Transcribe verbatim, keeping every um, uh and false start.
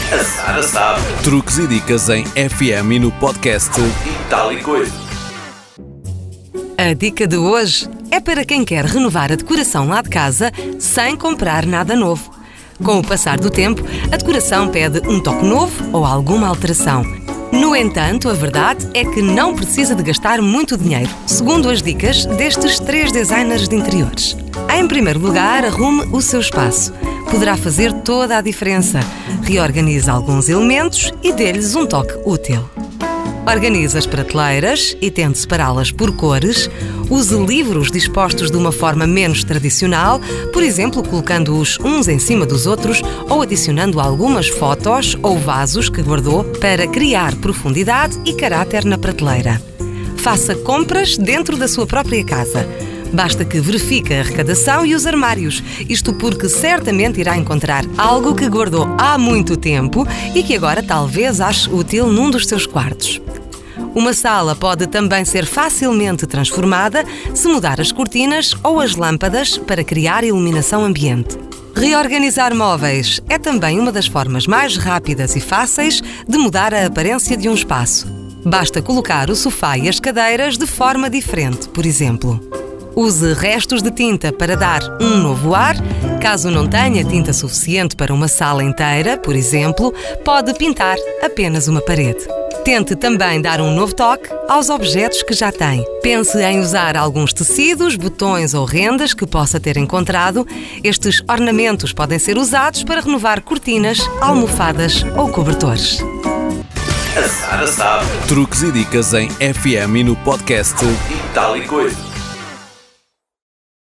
A Sara sabe. Truques e dicas em F M e no podcast E tal e coisa. A dica de hoje é para quem quer renovar a decoração lá de casa sem comprar nada novo. Com o passar do tempo, a decoração pede um toque novo ou alguma alteração. No entanto, a verdade é que não precisa de gastar muito dinheiro, segundo as dicas destes três designers de interiores. Em primeiro lugar, arrume o seu espaço. Poderá fazer toda a diferença. Reorganize alguns elementos e dê-lhes um toque útil. Organize as prateleiras e tente separá-las por cores. Use livros dispostos de uma forma menos tradicional, por exemplo, colocando-os uns em cima dos outros ou adicionando algumas fotos ou vasos que guardou para criar profundidade e caráter na prateleira. Faça compras dentro da sua própria casa. Basta que verifique a arrecadação e os armários, isto porque certamente irá encontrar algo que guardou há muito tempo e que agora talvez ache útil num dos seus quartos. Uma sala pode também ser facilmente transformada se mudar as cortinas ou as lâmpadas para criar iluminação ambiente. Reorganizar móveis é também uma das formas mais rápidas e fáceis de mudar a aparência de um espaço. Basta colocar o sofá e as cadeiras de forma diferente, por exemplo. Use restos de tinta para dar um novo ar. Caso não tenha tinta suficiente para uma sala inteira, por exemplo, pode pintar apenas uma parede. Tente também dar um novo toque aos objetos que já tem. Pense em usar alguns tecidos, botões ou rendas que possa ter encontrado. Estes ornamentos podem ser usados para renovar cortinas, almofadas ou cobertores. A Sara sabe. Truques e dicas em F M e no podcast E tal e coisa.